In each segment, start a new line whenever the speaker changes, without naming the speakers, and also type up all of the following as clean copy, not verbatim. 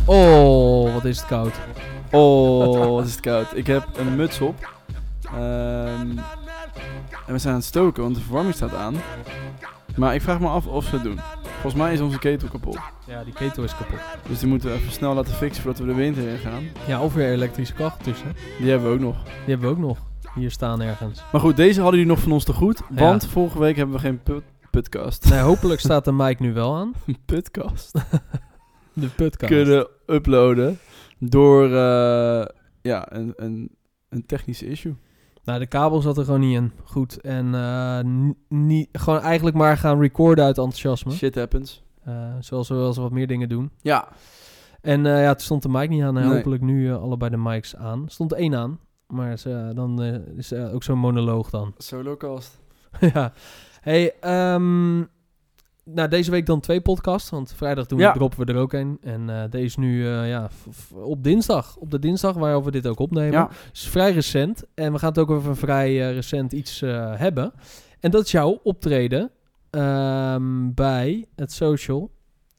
Oh, wat is het koud.
Oh, wat is het koud. Ik heb een muts op. En we zijn aan het stoken, want de verwarming staat aan. Maar ik vraag me af of ze het doen. Volgens mij is onze ketel kapot.
Ja, die ketel is kapot.
Dus die moeten we even snel laten fixen voordat we de winter in gaan.
Ja, of weer elektrische kachel tussen.
Die hebben we ook nog.
Die hebben we ook nog. Hier staan ergens.
Maar goed, deze hadden jullie nog van ons te goed. Want vorige week hebben we geen podcast.
Nee, hopelijk staat de mic nu wel aan.
Podcast.
De podcast.
Kunnen uploaden door een technische issue.
Nou, de kabel zat er gewoon niet in. Goed. En gewoon eigenlijk maar gaan recorden uit enthousiasme.
Shit happens.
Zoals we wel eens wat meer dingen doen.
Ja.
En het stond de mic niet aan. En
Nee.
hopelijk nu allebei de mics aan. Stond 1 aan. Maar dan is ook zo'n monoloog dan.
Solocast.
Ja. Hey, deze week dan 2 podcasts. Want vrijdag droppen we er ook een. En deze is nu op dinsdag. Op de dinsdag waarover we dit ook opnemen.
Ja.
Dus vrij recent. En we gaan het ook over een vrij recent iets hebben. En dat is jouw optreden bij het Social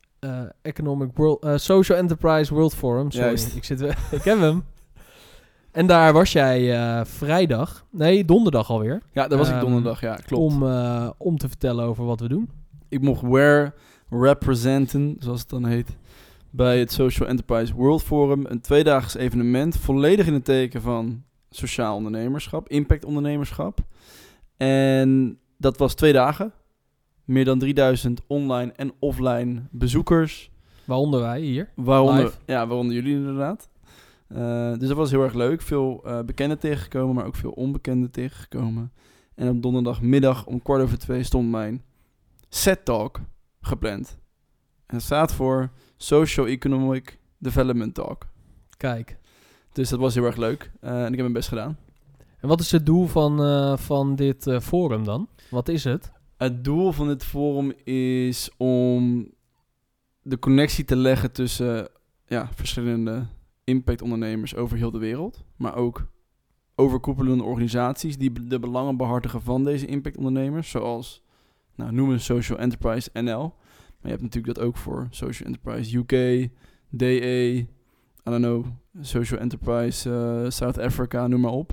Enterprise World Forum. Sorry,
Juist.
ik heb hem. En daar was jij donderdag alweer.
Ja, dat was ik donderdag, ja, klopt.
Om te vertellen over wat we doen.
Ik mocht representen, zoals het dan heet, bij het Social Enterprise World Forum. Een 2-daags evenement, volledig in het teken van sociaal ondernemerschap, impact ondernemerschap. En dat was 2 dagen. Meer dan 3000 online en offline bezoekers.
Waaronder wij hier.
Waaronder jullie inderdaad. Dus dat was heel erg leuk. Veel bekenden tegengekomen, maar ook veel onbekenden tegengekomen. En op donderdagmiddag om 2:15 stond mijn set talk gepland. En het staat voor Socio-Economic Development Talk.
Kijk.
Dus dat was heel erg leuk. En ik heb mijn best gedaan.
En wat is het doel van dit forum dan? Wat is het?
Het doel van dit forum is om de connectie te leggen tussen verschillende impactondernemers over heel de wereld. Maar ook overkoepelende organisaties die de belangen behartigen van deze impactondernemers. Zoals, noem een Social Enterprise NL. Maar je hebt natuurlijk dat ook voor Social Enterprise UK, DE, Social Enterprise South Africa, noem maar op.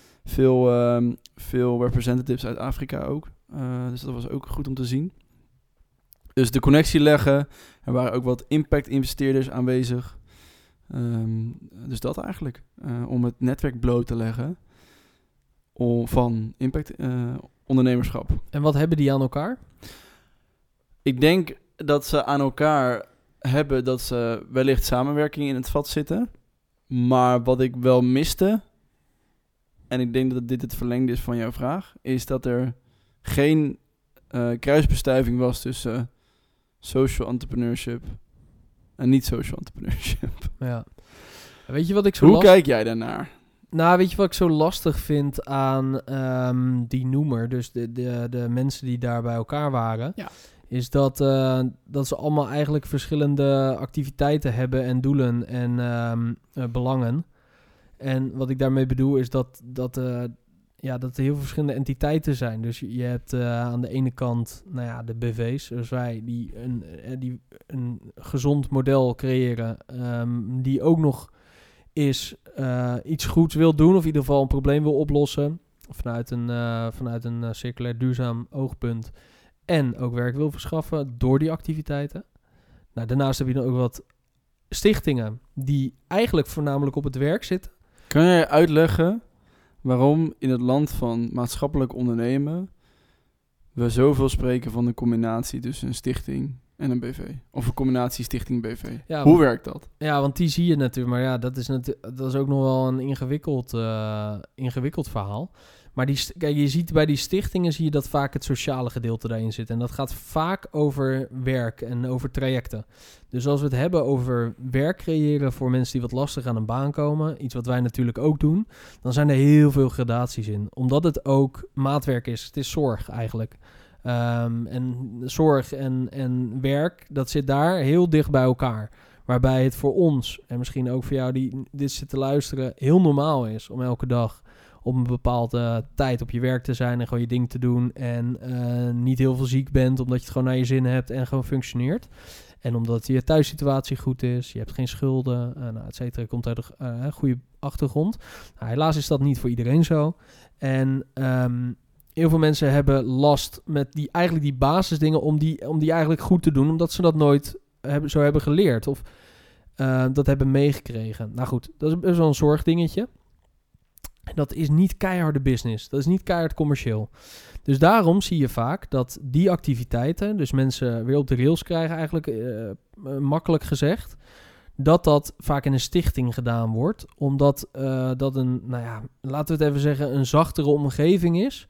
Veel representatives uit Afrika ook. Dus dat was ook goed om te zien. Dus de connectie leggen. Er waren ook wat impact-investeerders aanwezig. Dus dat eigenlijk. Om het netwerk bloot te leggen van impact-ondernemerschap.
En wat hebben die aan elkaar?
Ik denk dat ze aan elkaar hebben dat ze wellicht samenwerking in het vat zitten. Maar wat ik wel miste, en ik denk dat dit het verlengde is van jouw vraag, is dat er geen kruisbestuiving was tussen social entrepreneurship en niet-social entrepreneurship.
Ja. Weet je wat ik zo
Hoe kijk jij daarnaar?
Nou, weet je wat ik zo lastig vind aan die noemer? Dus de mensen die daar bij elkaar waren. Ja. Is dat ze allemaal eigenlijk verschillende activiteiten hebben en doelen en belangen. En wat ik daarmee bedoel is dat er heel veel verschillende entiteiten zijn. Dus je hebt aan de ene kant de BV's, zoals wij, die een gezond model creëren. Die ook nog iets goeds wil doen, of in ieder geval een probleem wil oplossen. Vanuit een circulair duurzaam oogpunt. En ook werk wil verschaffen door die activiteiten. Daarnaast heb je dan ook wat stichtingen die eigenlijk voornamelijk op het werk zitten.
Kan jij uitleggen waarom in het land van maatschappelijk ondernemen we zoveel spreken van de combinatie tussen een stichting en een BV? Of een combinatie stichting-BV. Ja, hoe werkt dat?
Ja, want die zie je natuurlijk. Maar ja, dat is ook nog wel een ingewikkeld verhaal. Maar je ziet bij die stichtingen zie je dat vaak het sociale gedeelte daarin zit. En dat gaat vaak over werk en over trajecten. Dus als we het hebben over werk creëren voor mensen die wat lastig aan een baan komen, iets wat wij natuurlijk ook doen, dan zijn er heel veel gradaties in. Omdat het ook maatwerk is. Het is zorg eigenlijk. En zorg en werk, dat zit daar heel dicht bij elkaar. Waarbij het voor ons, en misschien ook voor jou die dit zit te luisteren, heel normaal is om elke dag op een bepaalde tijd op je werk te zijn en gewoon je ding te doen en niet heel veel ziek bent, omdat je het gewoon naar je zin hebt en gewoon functioneert. En omdat je thuissituatie goed is, je hebt geen schulden, et cetera, komt uit een goede achtergrond. Nou, helaas is dat niet voor iedereen zo. En heel veel mensen hebben last met die basisdingen om die eigenlijk goed te doen, omdat ze dat nooit zo hebben geleerd of dat hebben meegekregen. Nou goed, dat is best wel een zorgdingetje. En dat is niet keiharde business. Dat is niet keihard commercieel. Dus daarom zie je vaak dat die activiteiten, dus mensen weer op de rails krijgen eigenlijk, makkelijk gezegd, dat vaak in een stichting gedaan wordt. Omdat dat laten we het even zeggen, een zachtere omgeving is.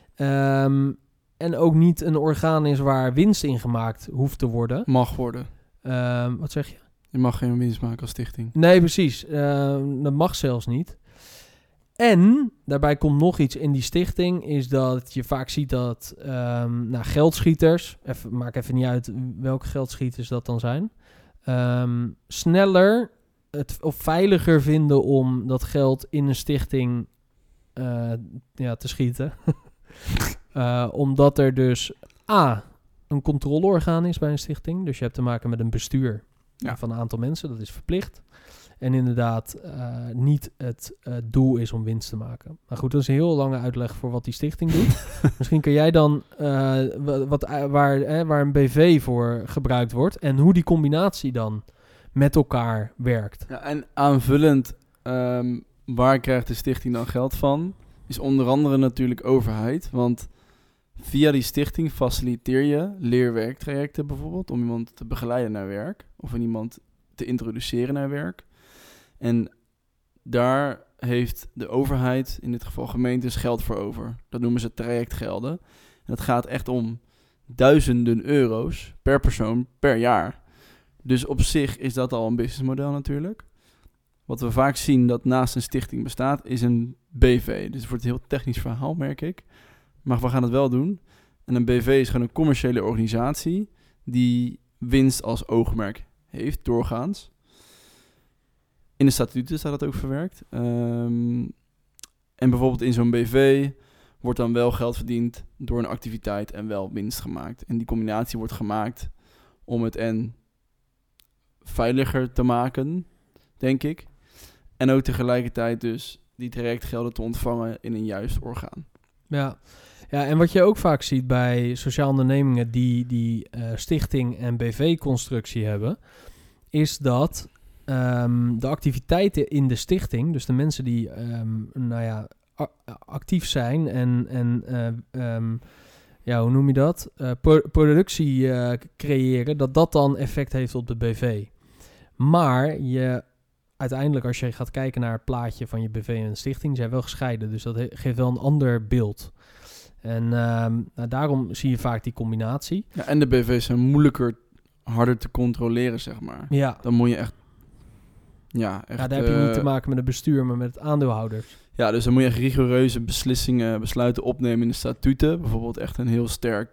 En ook niet een orgaan is waar winst in gemaakt hoeft te worden.
Mag worden.
Wat zeg je?
Je mag geen winst maken als stichting.
Nee, precies. Dat mag zelfs niet. En daarbij komt nog iets in die stichting, is dat je vaak ziet dat geldschieters, maakt even niet uit welke geldschieters dat dan zijn, sneller of veiliger vinden om dat geld in een stichting te schieten. Omdat er dus een controleorgaan is bij een stichting. Dus je hebt te maken met een bestuur van een aantal mensen. Dat is verplicht. En inderdaad niet het doel is om winst te maken. Maar goed, dat is een heel lange uitleg voor wat die stichting doet. Misschien kun jij dan waar een BV voor gebruikt wordt en hoe die combinatie dan met elkaar werkt.
Ja, en aanvullend, waar krijgt de stichting dan geld van? Is onder andere natuurlijk overheid. Want via die stichting faciliteer je leerwerktrajecten bijvoorbeeld om iemand te begeleiden naar werk of om iemand te introduceren naar werk. En daar heeft de overheid, in dit geval gemeentes, geld voor over. Dat noemen ze trajectgelden. En dat gaat echt om duizenden euro's per persoon per jaar. Dus op zich is dat al een businessmodel natuurlijk. Wat we vaak zien dat naast een stichting bestaat, is een BV. Dus het wordt een heel technisch verhaal, merk ik. Maar we gaan het wel doen. En een BV is gewoon een commerciële organisatie die winst als oogmerk heeft, doorgaans. In de statuten staat dat ook verwerkt. En bijvoorbeeld in zo'n BV wordt dan wel geld verdiend door een activiteit en wel winst gemaakt. En die combinatie wordt gemaakt om het veiliger te maken, denk ik. En ook tegelijkertijd dus die trajectgelden te ontvangen in een juist orgaan.
Ja, en wat je ook vaak ziet bij sociale ondernemingen die stichting en BV-constructie hebben, is dat de activiteiten in de stichting, dus de mensen die actief zijn en hoe noem je dat? Productie creëren, dat dan effect heeft op de BV. Maar uiteindelijk, als je gaat kijken naar het plaatje van je BV en stichting, zijn wel gescheiden. Dus dat geeft wel een ander beeld. En daarom zie je vaak die combinatie.
Ja, en de BV's zijn harder te controleren, zeg maar.
Ja.
Dan moet je echt...
daar heb je niet te maken met het bestuur, maar met aandeelhouders.
Ja, dus dan moet je echt rigoureuze besluiten opnemen in de statuten. Bijvoorbeeld echt een heel sterk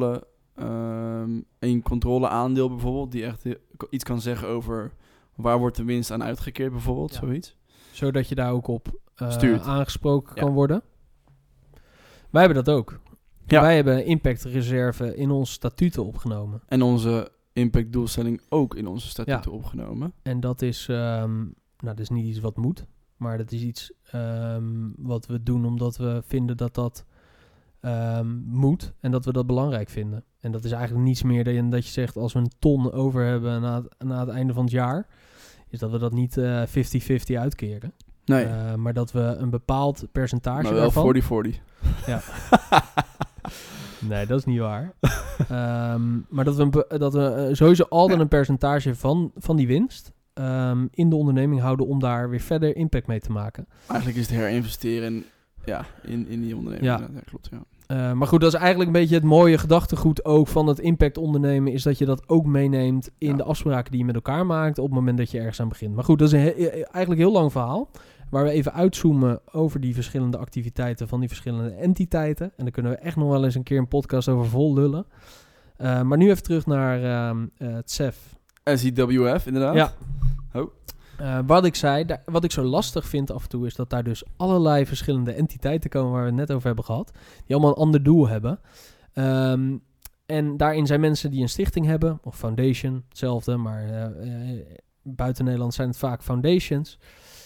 een controleaandeel bijvoorbeeld, die echt iets kan zeggen over waar wordt de winst aan uitgekeerd bijvoorbeeld, zoiets.
Zodat je daar ook op
stuurt.
Aangesproken kan worden. Wij hebben dat ook. Ja. Wij hebben impactreserve in onze statuten opgenomen.
En onze impactdoelstelling ook in onze statuten opgenomen.
En dat is, dat is niet iets wat moet, maar dat is iets wat we doen omdat we vinden dat moet en dat we dat belangrijk vinden. En dat is eigenlijk niets meer dan dat je zegt, als we een ton over hebben na het einde van het jaar, is dat we dat niet 50-50 uitkeren.
Nee.
Maar dat we een bepaald percentage
maar wel
daarvan...
40-40.
Ja. Nee, dat is niet waar. Maar dat we sowieso altijd een percentage van die winst in de onderneming houden om daar weer verder impact mee te maken.
Eigenlijk is het herinvesteren in die onderneming.
Ja.
Ja, klopt, ja.
Maar goed, dat is eigenlijk een beetje het mooie gedachtegoed ook van het impact ondernemen, is dat je dat ook meeneemt in de afspraken die je met elkaar maakt op het moment dat je ergens aan begint. Maar goed, dat is eigenlijk een heel lang verhaal, waar we even uitzoomen over die verschillende activiteiten van die verschillende entiteiten. En daar kunnen we echt nog wel eens een keer een podcast over vol lullen. Maar nu even terug naar het SEF.
SIWF, inderdaad.
Ja. Wat ik zei, wat ik zo lastig vind af en toe, is dat daar dus allerlei verschillende entiteiten komen waar we het net over hebben gehad, die allemaal een ander doel hebben. En daarin zijn mensen die een stichting hebben, of foundation, hetzelfde, maar buiten Nederland zijn het vaak foundations.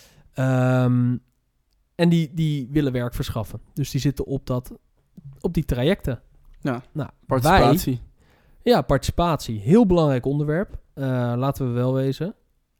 En die willen werk verschaffen. Dus die zitten op die trajecten.
Ja,
nou,
participatie.
Participatie. Heel belangrijk onderwerp. Laten we wel wezen.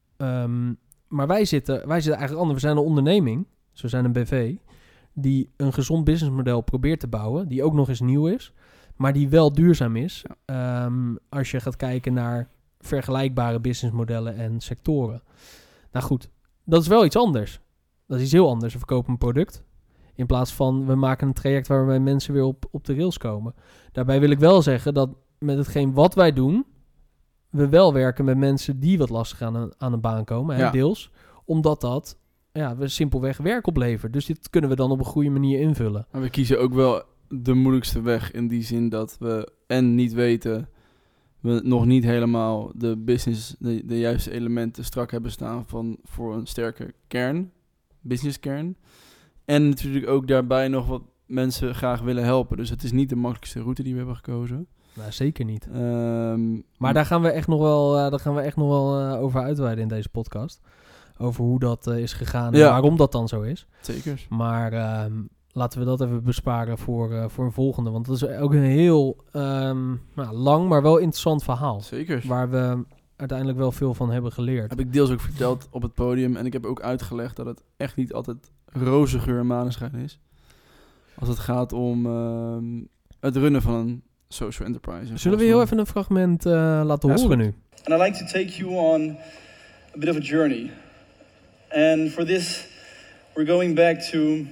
Maar wij zitten eigenlijk anders. We zijn een onderneming, dus we zijn een BV, die een gezond businessmodel probeert te bouwen, die ook nog eens nieuw is, maar die wel duurzaam is. Ja. Als je gaat kijken naar vergelijkbare businessmodellen en sectoren. Nou goed, dat is wel iets anders. Dat is iets heel anders. We verkopen een product in plaats van we maken een traject waarbij mensen weer op de rails komen. Daarbij wil ik wel zeggen dat met hetgeen wat wij doen, we wel werken met mensen die wat lastig aan de baan komen, hè, deels. Omdat we simpelweg werk opleveren. Dus dit kunnen we dan op een goede manier invullen.
Maar we kiezen ook wel de moeilijkste weg in die zin dat we niet weten, we nog niet helemaal de business, de juiste elementen strak hebben staan voor een sterke businesskern. En natuurlijk ook daarbij nog wat mensen graag willen helpen. Dus het is niet de makkelijkste route die we hebben gekozen.
Nou, zeker niet. Maar daar gaan we echt nog wel over uitweiden in deze podcast. Over hoe dat is gegaan en waarom dat dan zo is.
Zeker.
Maar laten we dat even besparen voor een volgende. Want dat is ook een heel lang, maar wel interessant verhaal.
Zeker.
Waar we uiteindelijk wel veel van hebben geleerd.
Heb ik deels ook verteld op het podium. En ik heb ook uitgelegd dat het echt niet altijd roze geur en maneschijn is. Als het gaat om het runnen van een social enterprise.
Zullen we heel even een fragment laten horen nu?
And I'd like to take you on a bit of a journey. And for this, we're going back to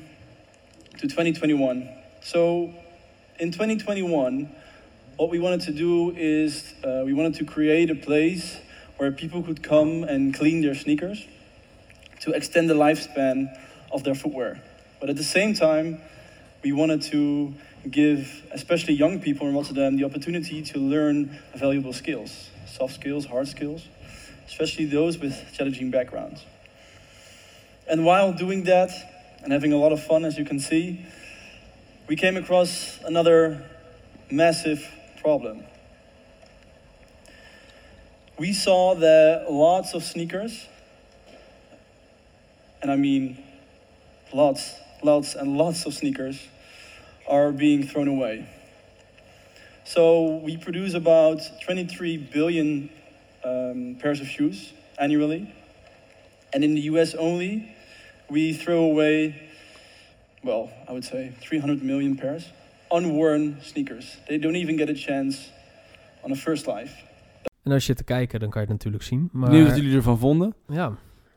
2021. So in 2021, what we wanted to do is we wanted to create a place where people could come and clean their sneakers to extend the lifespan of their footwear. But at the same time, we wanted to give especially young people in Rotterdam the opportunity to learn valuable skills, soft skills, hard skills, especially those with challenging backgrounds. And while doing that and having a lot of fun, as you can see, we came across another massive problem. We saw that lots of sneakers, and I mean lots and lots of sneakers, are being thrown away. So we produce about 23 billion pairs of shoes annually. And in the US only, we throw away, well, I would say 300 million pairs, unworn sneakers. They don't even get a chance on a first life.
En als je te kijken, dan kan je het natuurlijk zien. Maar
Benieuwd wat jullie ervan vonden.
Ja.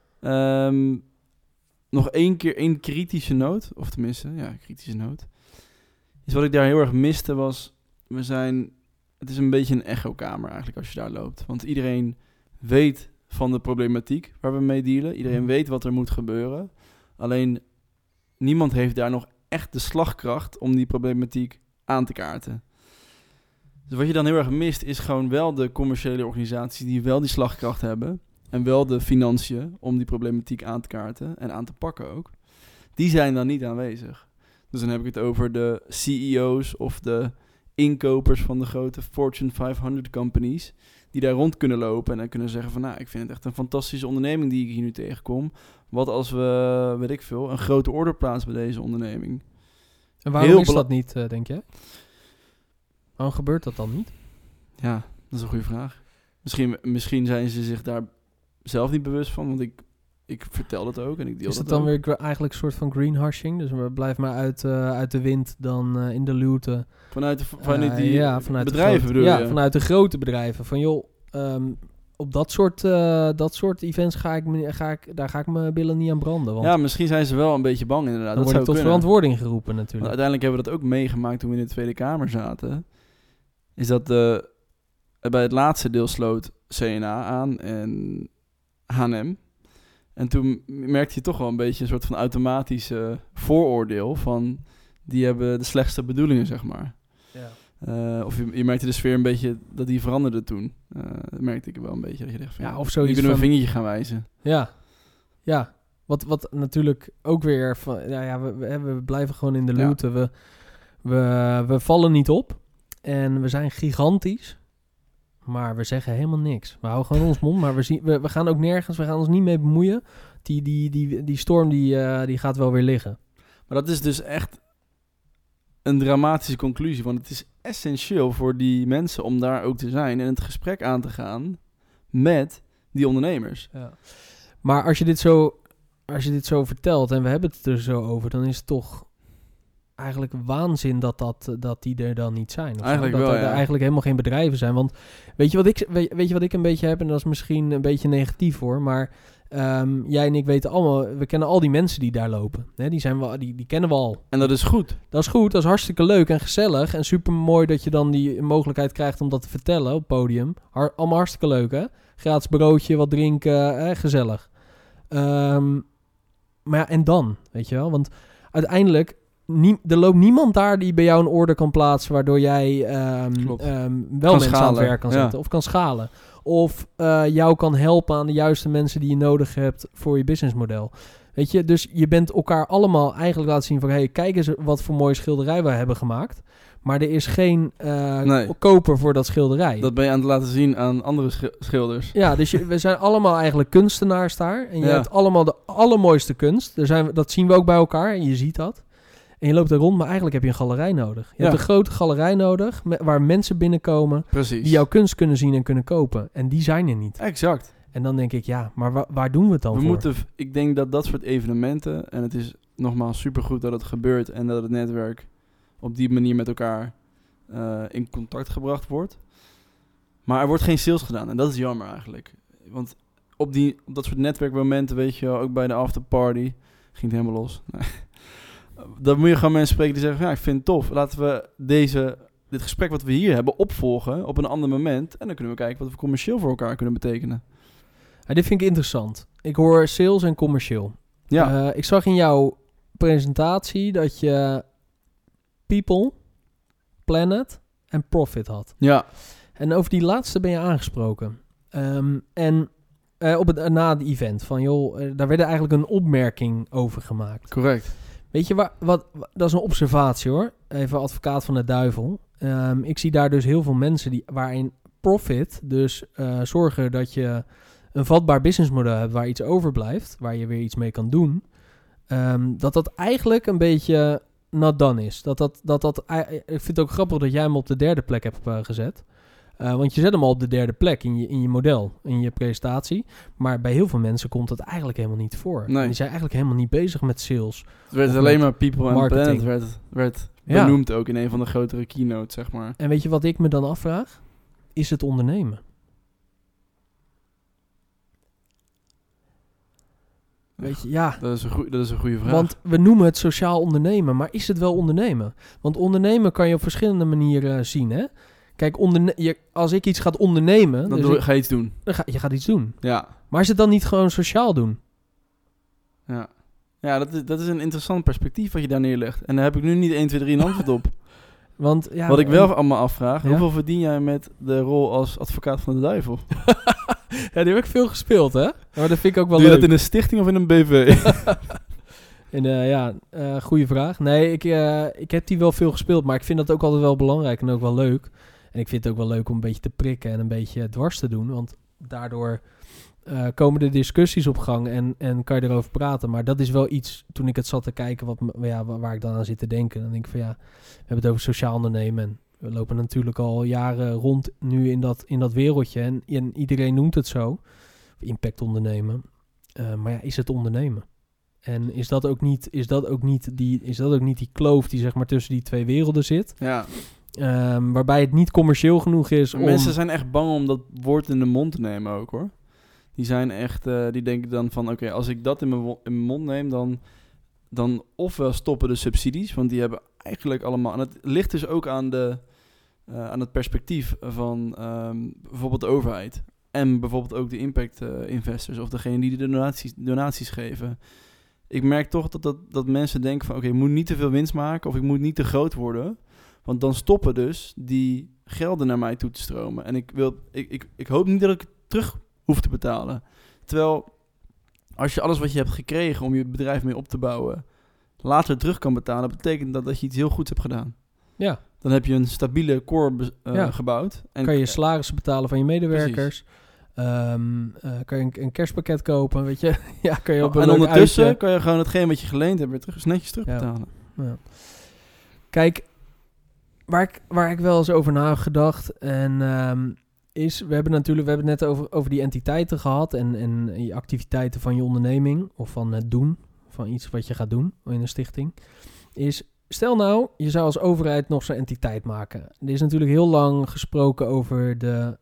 Nog één kritische noot, of tenminste, kritische noot. Is wat ik daar heel erg miste was, het is een beetje een echokamer eigenlijk als je daar loopt. Want iedereen weet van de problematiek waar we mee dealen. Iedereen weet wat er moet gebeuren. Alleen niemand heeft daar nog echt de slagkracht om die problematiek aan te kaarten. Dus wat je dan heel erg mist is gewoon wel de commerciële organisaties die wel die slagkracht hebben. En wel de financiën om die problematiek aan te kaarten en aan te pakken ook. Die zijn dan niet aanwezig. Dus dan heb ik het over de CEO's of de inkopers van de grote Fortune 500 companies. Die daar rond kunnen lopen en dan kunnen zeggen van, ik vind het echt een fantastische onderneming die ik hier nu tegenkom. Wat als we, weet ik veel, een grote order plaatsen bij deze onderneming.
En waarom is dat niet, denk jij? Waarom gebeurt dat dan niet?
Ja, dat is een goede vraag. Misschien zijn ze zich daar zelf niet bewust van, want ik vertel dat ook en ik deel dat ook.
Is dat dan weer eigenlijk een soort van greenwashing? Dus we blijven maar uit de wind dan in de luwte.
Vanuit die bedrijven bedoel je?
Ja, vanuit de grote bedrijven. Van joh, op dat soort events ga ik mijn billen niet aan branden. Want
misschien zijn ze wel een beetje bang inderdaad.
Dan
dat
word ik tot verantwoording geroepen natuurlijk.
Want uiteindelijk hebben we dat ook meegemaakt toen we in de Tweede Kamer zaten. Is dat bij het laatste deel sloot CNA aan en H&M. En toen merkte je toch wel een beetje een soort van automatische vooroordeel van die hebben de slechtste bedoelingen, zeg maar. Ja. Of je merkte de sfeer een beetje dat die veranderde toen. Dat merkte ik wel een beetje. Dat je dacht van,
of zoiets
nu kunnen we een vingertje gaan wijzen.
Ja. Wat natuurlijk ook weer van, we blijven gewoon in de luwte. We vallen niet op. En we zijn gigantisch. Maar we zeggen helemaal niks. We houden gewoon ons mond. Maar we gaan ook nergens. We gaan ons niet mee bemoeien. Die storm die gaat wel weer liggen.
Maar dat is dus echt een dramatische conclusie. Want het is essentieel voor die mensen om daar ook te zijn. En het gesprek aan te gaan met die ondernemers.
Ja. Maar als je dit zo vertelt en we hebben het er zo over, dan is het toch eigenlijk waanzin dat die er dan niet zijn.
Eigenlijk
dat
wel,
er eigenlijk helemaal geen bedrijven zijn. Want weet je wat ik een beetje heb, en dat is misschien een beetje negatief hoor, maar jij en ik weten allemaal, we kennen al die mensen die daar lopen. Hè? Die kennen we al.
En dat is goed.
Dat is goed, dat is hartstikke leuk en gezellig en super mooi dat je dan die mogelijkheid krijgt om dat te vertellen op het podium. Allemaal hartstikke leuk, hè? Gratis broodje, wat drinken, gezellig. Maar ja, en dan, weet je wel? Want uiteindelijk, er loopt niemand daar die bij jou een order kan plaatsen, waardoor jij wel mensen aan het werk kan zetten. Of kan schalen. Of jou kan helpen aan de juiste mensen die je nodig hebt voor je businessmodel. Weet je, dus je bent elkaar allemaal eigenlijk laten zien van, hey, kijk eens wat voor mooie schilderij wij hebben gemaakt. Maar er is geen koper voor dat schilderij.
Dat ben je aan het laten zien aan andere schilders.
Ja, dus we zijn allemaal eigenlijk kunstenaars daar. En je hebt allemaal de allermooiste kunst. Dat zien we ook bij elkaar en je ziet dat. En je loopt er rond, maar eigenlijk heb je een galerij nodig. Je hebt een grote galerij nodig waar mensen binnenkomen.
Precies.
Die jouw kunst kunnen zien en kunnen kopen. En die zijn er niet.
Exact.
En dan denk ik, ja, maar waar doen we het dan voor?
Ik denk dat soort evenementen, en het is nogmaals supergoed dat het gebeurt en dat het netwerk op die manier met elkaar in contact gebracht wordt. Maar er wordt geen sales gedaan en dat is jammer eigenlijk. Want op dat soort netwerkmomenten, weet je wel, ook bij de afterparty, ging het helemaal los. Nee. Dan moet je gewoon mensen spreken die zeggen, ja, ik vind het tof. Laten we dit gesprek wat we hier hebben opvolgen op een ander moment. En dan kunnen we kijken wat we commercieel voor elkaar kunnen betekenen.
Ja, dit vind ik interessant. Ik hoor sales en commercieel.
Ja.
Ik zag in jouw presentatie dat je people, planet en profit had.
Ja.
En over die laatste ben je aangesproken. Na het event van, joh, daar werd eigenlijk een opmerking over gemaakt.
Correct.
Weet je, dat is een observatie hoor. Even advocaat van de duivel. Ik zie daar dus heel veel mensen waarin profit, dus zorgen dat je een vatbaar businessmodel hebt waar iets overblijft, waar je weer iets mee kan doen. Dat eigenlijk een beetje not done is. Ik vind het ook grappig dat jij hem op de derde plek hebt gezet. Want je zet hem al op de derde plek in je model, in je presentatie. Maar bij heel veel mensen komt dat eigenlijk helemaal niet voor.
Nee.
Die zijn eigenlijk helemaal niet bezig met sales.
Het werd alleen maar people and planet werd benoemd ook in een van de grotere keynotes, zeg maar.
En weet je wat ik me dan afvraag? Is het ondernemen? Weet je, ja.
Dat is een goede vraag.
Want we noemen het sociaal ondernemen, maar is het wel ondernemen? Want ondernemen kan je op verschillende manieren zien, hè? Kijk, als ik iets ga ondernemen...
Dan ga je iets doen.
Je gaat iets doen.
Ja.
Maar is het dan niet gewoon sociaal doen?
Ja. Ja, dat is een interessant perspectief wat je daar neerlegt. En daar heb ik nu niet 1, 2, 3 een antwoord op.
Want, ja,
wat ik wel allemaal afvraag, hoeveel verdien jij met de rol als advocaat van de duivel?
Ja, die heb ik veel gespeeld, hè? Maar dat vind ik ook wel
leuk.
Doe
je dat in een stichting of in een BV?
Goede vraag. Nee, ik heb die wel veel gespeeld, maar ik vind dat ook altijd wel belangrijk en ook wel leuk. En ik vind het ook wel leuk om een beetje te prikken en een beetje dwars te doen, want daardoor komen de discussies op gang en kan je erover praten. Maar dat is wel iets, toen ik het zat te kijken, waar ik dan aan zit te denken. Dan denk ik van ja, we hebben het over sociaal ondernemen en we lopen natuurlijk al jaren rond nu in dat wereldje en iedereen noemt het zo, impact ondernemen. Maar ja, is het ondernemen? En is dat ook niet die kloof die zeg maar tussen die twee werelden zit?
Ja.
Waarbij het niet commercieel genoeg is om...
Mensen zijn echt bang om dat woord in de mond te nemen ook, hoor. Die zijn echt... die denken dan van... Oké, als ik dat in mijn mond neem, dan ofwel stoppen de subsidies, want die hebben eigenlijk allemaal... En het ligt dus ook aan het perspectief van bijvoorbeeld de overheid. En bijvoorbeeld ook de impact investors of degene die de donaties geven. Ik merk toch dat mensen denken van... Oké, ik moet niet te veel winst maken of ik moet niet te groot worden... Want dan stoppen dus die gelden naar mij toe te stromen. En ik hoop niet dat ik het terug hoef te betalen. Terwijl, als je alles wat je hebt gekregen om je bedrijf mee op te bouwen... later terug kan betalen, betekent dat je iets heel goeds hebt gedaan.
Ja.
Dan heb je een stabiele core gebouwd.
En kan je salarissen betalen van je medewerkers. Kan je een kerstpakket kopen, weet je. Ja, kan je op een
en ondertussen
uitje.
kan je gewoon hetgeen wat je geleend hebt weer netjes terugbetalen.
Ja. Kijk, waar ik wel eens over na heb gedacht is, we hebben het net over die entiteiten gehad en je activiteiten van je onderneming of van het doen, van iets wat je gaat doen in een stichting. Stel nou, je zou als overheid nog zo'n entiteit maken. Er is natuurlijk heel lang gesproken over de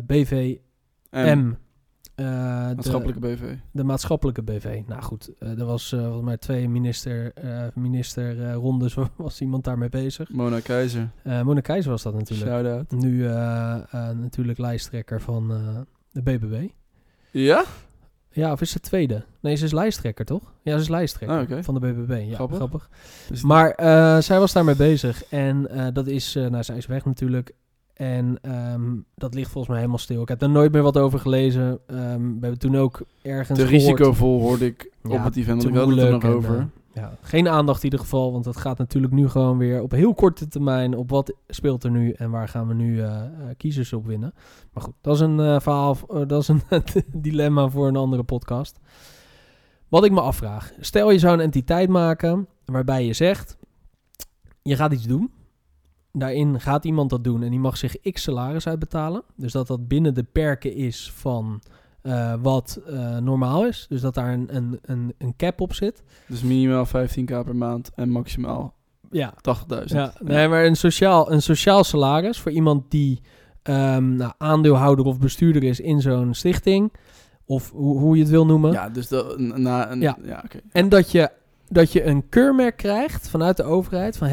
BVM.
Maatschappelijke BV.
De maatschappelijke BV. Nou goed, er was volgens mij 2 ministerrondes was iemand daarmee bezig.
Mona Keizer.
Mona Keizer was dat natuurlijk.
Shout-out.
Nu natuurlijk lijsttrekker van de BBB.
Ja?
Ja, of is ze tweede? Nee, ze is lijsttrekker, toch? Ja, ze is lijsttrekker van de BBB. Ja, grappig. Dus maar zij was daarmee bezig. En dat is... zij is weg natuurlijk. En dat ligt volgens mij helemaal stil. Ik heb er nooit meer wat over gelezen. We hebben toen ook ergens
te risicovol hoorde ik op het event. Want ik had het er nog over.
Geen aandacht in ieder geval. Want dat gaat natuurlijk nu gewoon weer op heel korte termijn. Op wat speelt er nu en waar gaan we nu kiezers op winnen. Maar goed, dat is een verhaal. Dat is een dilemma voor een andere podcast. Wat ik me afvraag. Stel je zou een entiteit maken waarbij je zegt... Je gaat iets doen. Daarin gaat iemand dat doen en die mag zich x salaris uitbetalen. Dus dat binnen de perken is van wat normaal is. Dus dat daar een cap op zit.
Dus minimaal 15.000 per maand en maximaal 80.000.
Ja, nee, maar een sociaal salaris voor iemand die aandeelhouder of bestuurder is in zo'n stichting. Of hoe je het wil noemen.
Ja, dus okay.
En dat je een keurmerk krijgt vanuit de overheid van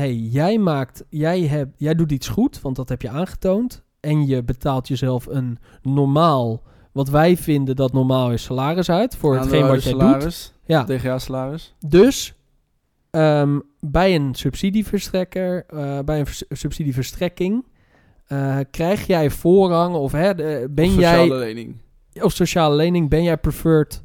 jij doet iets goed, want dat heb je aangetoond en je betaalt jezelf een normaal, wat wij vinden dat normaal is, salaris uit voor hetgeen wat jij doet.
Ja. DGA-salaris.
Dus bij een subsidieverstrekker, bij een subsidieverstrekking krijg jij voorrang of
sociale lening.
Of sociale lening ben jij preferred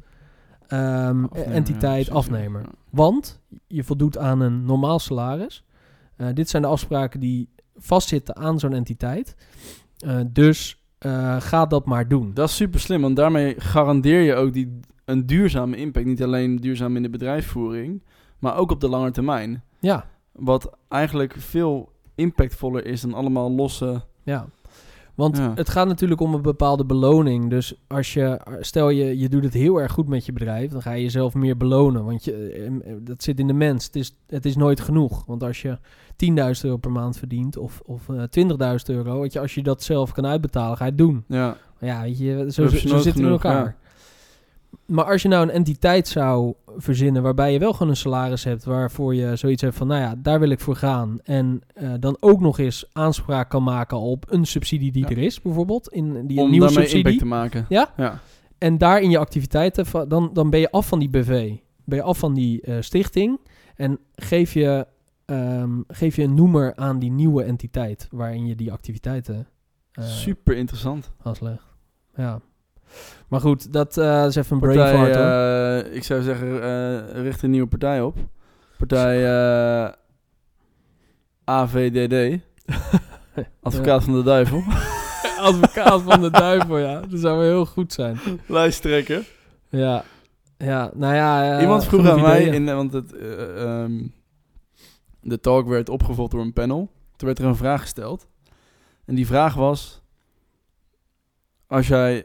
entiteit, afnemer. Want je voldoet aan een normaal salaris. Dit zijn de afspraken die vastzitten aan zo'n entiteit. Dus ga dat maar doen.
Dat is super slim, want daarmee garandeer je ook een duurzame impact. Niet alleen duurzaam in de bedrijfsvoering, maar ook op de lange termijn.
Ja.
Wat eigenlijk veel impactvoller is dan allemaal losse...
Ja. Want het gaat natuurlijk om een bepaalde beloning. Dus stel je doet het heel erg goed met je bedrijf, dan ga je jezelf meer belonen. Want dat zit in de mens. Het is nooit genoeg. Want als je 10.000 euro per maand verdient of 20.000 euro, weet je, als je dat zelf kan uitbetalen, ga je het doen.
Ja,
weet je, zo zitten we in elkaar. Ja. Maar als je nou een entiteit zou verzinnen waarbij je wel gewoon een salaris hebt, waarvoor je zoiets hebt van, daar wil ik voor gaan. En dan ook nog eens aanspraak kan maken op een subsidie die er is, bijvoorbeeld. Die een nieuwe subsidie.
Impact te maken.
Ja. En daar in je activiteiten, dan ben je af van die BV. Ben je af van die stichting. En geef je een noemer aan die nieuwe entiteit waarin je die activiteiten...
super interessant.
...aflegt. Ja. Maar goed, dat is even een brain fart, hoor.
Ik zou zeggen, richt een nieuwe partij op. Partij AVDD. Advocaat van de duivel.
Advocaat van de duivel, ja. Dat zou wel heel goed zijn.
Lijsttrekker.
Ja, nou ja...
Iemand vroeg aan mij, want de talk werd opgevolgd door een panel. Toen werd er een vraag gesteld. En die vraag was... Als je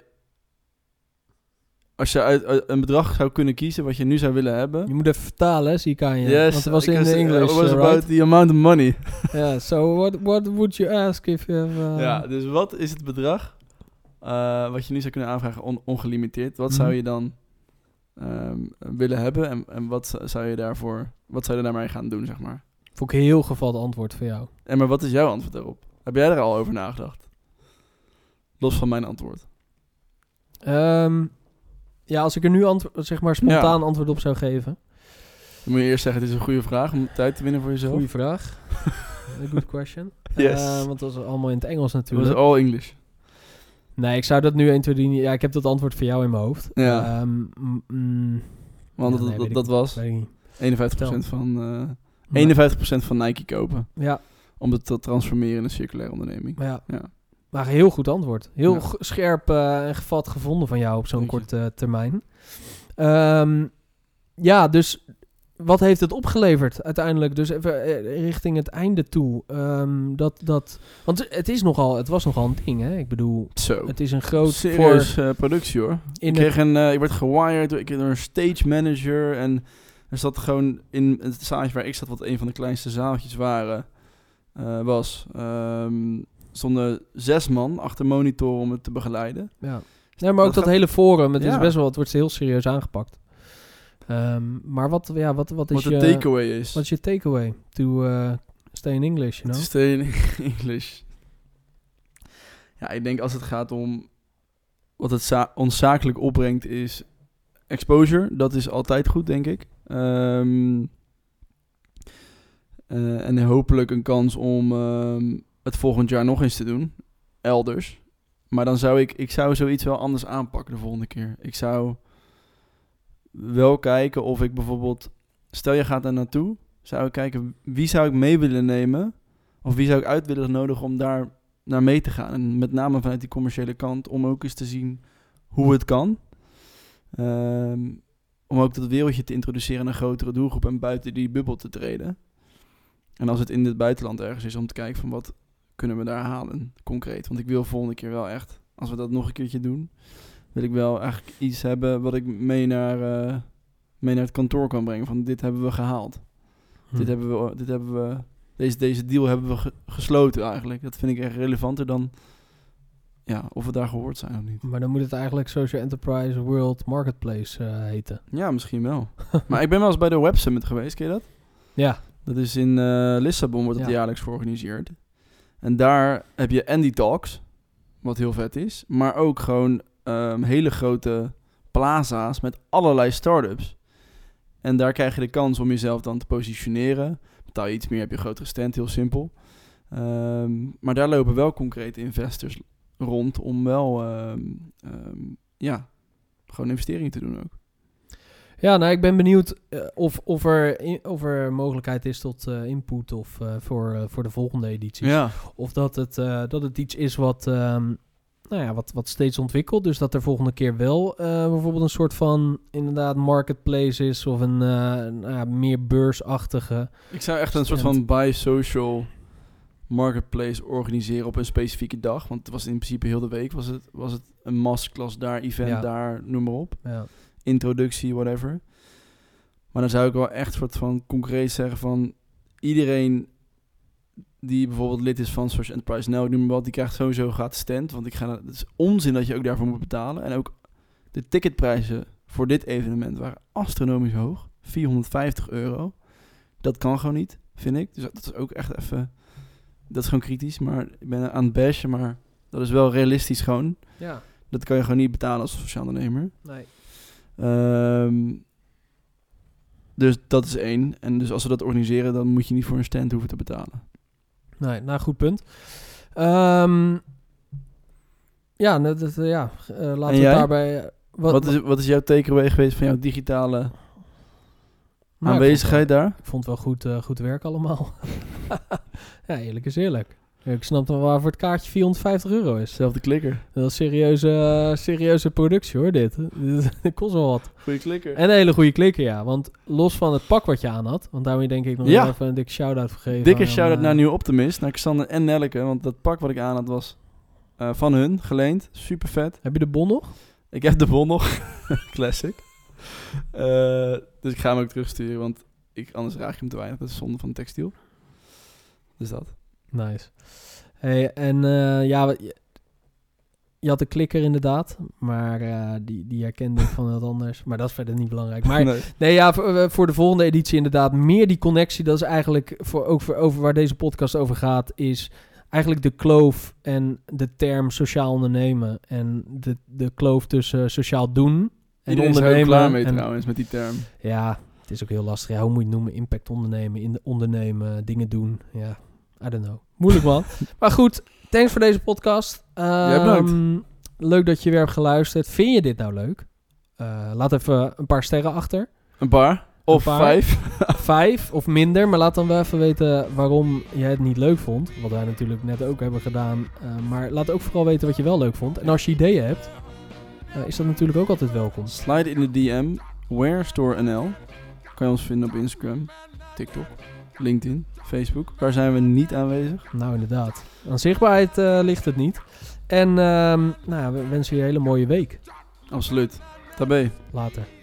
uit een bedrag zou kunnen kiezen wat je nu zou willen hebben...
Je moet even vertalen, zie ik aan je.
Yes,
want het was in de English,
it was about the amount of money.
Yeah, so what would you ask if you have...
Ja, dus wat is het bedrag wat je nu zou kunnen aanvragen ongelimiteerd? Wat zou je dan willen hebben en wat zou je daarmee gaan doen, zeg maar?
Vond ik een heel gevat antwoord voor jou.
Maar wat is jouw antwoord daarop? Heb jij er al over nagedacht? Los van mijn antwoord.
Ja, als ik er nu spontaan antwoord op zou geven.
Dan moet je eerst zeggen, het is een goede vraag om tijd te winnen voor jezelf.
Goeie vraag. A good question.
Yes.
Want dat was allemaal in het Engels natuurlijk.
Het was all English.
Nee, ik zou dat nu 1, 2, 3... Ja, ik heb dat antwoord voor jou in mijn hoofd.
Ja. Want dat was 51% van 51% van Nike kopen.
Ja.
om het te transformeren in een circulaire onderneming.
Ja. Maar een heel goed antwoord. Heel scherp en gevat gevonden van jou op zo'n korte termijn. Dus wat heeft het opgeleverd uiteindelijk? Dus even richting het einde toe. Want het was nogal een ding, hè? Ik bedoel, het is een groot...
Serieus productie, hoor. Ik werd gewired door een stage manager. En er zat gewoon in het zaaltje waar ik zat, wat een van de kleinste zaaltjes was... stonden 6 man achter monitor om het te begeleiden.
Ja. Nee, maar ook dat hele forum, het wordt heel serieus aangepakt. Maar wat is
de takeaway is?
Wat is je takeaway? To stay in English, you know?
To stay in English. Ja, ik denk als het gaat om wat het ons zakelijk opbrengt is exposure. Dat is altijd goed, denk ik. En hopelijk een kans om het volgend jaar nog eens te doen. Elders. Maar dan zou ik zoiets wel anders aanpakken de volgende keer. Ik zou wel kijken of ik bijvoorbeeld... Stel je gaat daar naartoe. Zou ik kijken wie zou ik mee willen nemen. Of wie zou ik uit willen nodigen om daar naar mee te gaan. En met name vanuit die commerciële kant. Om ook eens te zien hoe het kan. Om ook dat wereldje te introduceren aan een grotere doelgroep. En buiten die bubbel te treden. En als het in het buitenland ergens is om te kijken van wat kunnen we daar halen concreet. Want ik wil volgende keer wel echt, als we dat nog een keertje doen, wil ik wel eigenlijk iets hebben wat ik mee naar het kantoor kan brengen. Van dit hebben we gehaald. Deze deal hebben we gesloten eigenlijk. Dat vind ik echt relevanter dan of we daar gehoord zijn of niet.
Maar dan moet het eigenlijk Social Enterprise World Marketplace heten.
Ja, misschien wel. Maar ik ben wel eens bij de Web Summit geweest, ken je dat?
Ja.
Dat is in Lissabon, wordt het jaarlijks georganiseerd. En daar heb je Andy Talks, wat heel vet is. Maar ook gewoon hele grote plaza's met allerlei start-ups. En daar krijg je de kans om jezelf dan te positioneren. Betaal je iets meer, heb je een grotere stand, heel simpel. Maar daar lopen wel concrete investors rond om wel gewoon investeringen te doen ook.
Ja, nou, ik ben benieuwd of er mogelijkheid is tot input of voor de volgende edities.
Ja.
Of dat het iets is wat steeds ontwikkelt. Dus dat er volgende keer wel bijvoorbeeld een soort van inderdaad marketplace is of een meer beursachtige.
Ik zou echt een soort van buy social marketplace organiseren op een specifieke dag. Want het was in principe heel de week was het een masterclass daar, event daar, noem maar op. Ja. Introductie, whatever. Maar dan zou ik wel echt soort van concreet zeggen van iedereen die bijvoorbeeld lid is van Social Enterprise Now, noem maar wat, die krijgt sowieso gratis stand. Want het is onzin dat je ook daarvoor moet betalen. En ook de ticketprijzen voor dit evenement waren astronomisch hoog. €450. Dat kan gewoon niet, vind ik. Dus dat is ook echt even... Dat is gewoon kritisch, maar ik ben aan het bashen, maar dat is wel realistisch gewoon.
Ja.
Dat kan je gewoon niet betalen als sociaal ondernemer.
Nee.
Dus dat is 1. En dus als we dat organiseren, dan moet je niet voor een stand hoeven te betalen.
Nee, nou, goed punt. Laten we daarbij...
Wat is jouw takeaway geweest van jouw digitale aanwezigheid daar?
Ik vond het wel goed werk allemaal. Ja, eerlijk is eerlijk. Ik snap dan waarvoor het kaartje €450 is.
Zelfde klikker.
Dat is serieuze productie hoor, dit. Dit kost wel wat.
Goeie klikker.
En een hele goede klikker, ja. Want los van het pak wat je aan had, want daarmee denk ik nog even een dikke shout-out geven.
Dikke shout-out naar Nieuw Optimist, naar Xander en Nelleke. Want dat pak wat ik aan had was van hun, geleend. Super vet.
Heb je de bon nog?
Ik heb de bon nog. Classic. Dus ik ga hem ook terugsturen, want anders raak je hem te weinig. Dat is zonde van textiel. Dus dat.
Nice. Hey, en je had een klikker inderdaad, maar die herkende ik van wat anders. Maar dat is verder niet belangrijk. Maar voor de volgende editie inderdaad meer die connectie. Dat is eigenlijk over waar deze podcast over gaat, is eigenlijk de kloof en de term sociaal ondernemen. En de kloof tussen sociaal doen en
iedereen
ondernemen.
Is er klaar mee trouwens met die term.
Ja, het is ook heel lastig. Ja, hoe moet je het noemen? Impact ondernemen, dingen doen. Ja, I don't know. Moeilijk man. Maar goed, thanks voor deze podcast. Leuk dat je weer hebt geluisterd. Vind je dit nou leuk? Laat even een paar sterren achter.
Een paar? Of 5.
5 of minder, maar laat dan wel even weten waarom jij het niet leuk vond. Wat wij natuurlijk net ook hebben gedaan. Maar laat ook vooral weten wat je wel leuk vond. En als je ideeën hebt, is dat natuurlijk ook altijd welkom.
Slide in de DM, WhereStoreNL. Kan je ons vinden op Instagram, TikTok, LinkedIn, Facebook. Waar zijn we niet aanwezig?
Nou, inderdaad. Aan zichtbaarheid ligt het niet. En we wensen je een hele mooie week.
Absoluut. Tabé.
Later.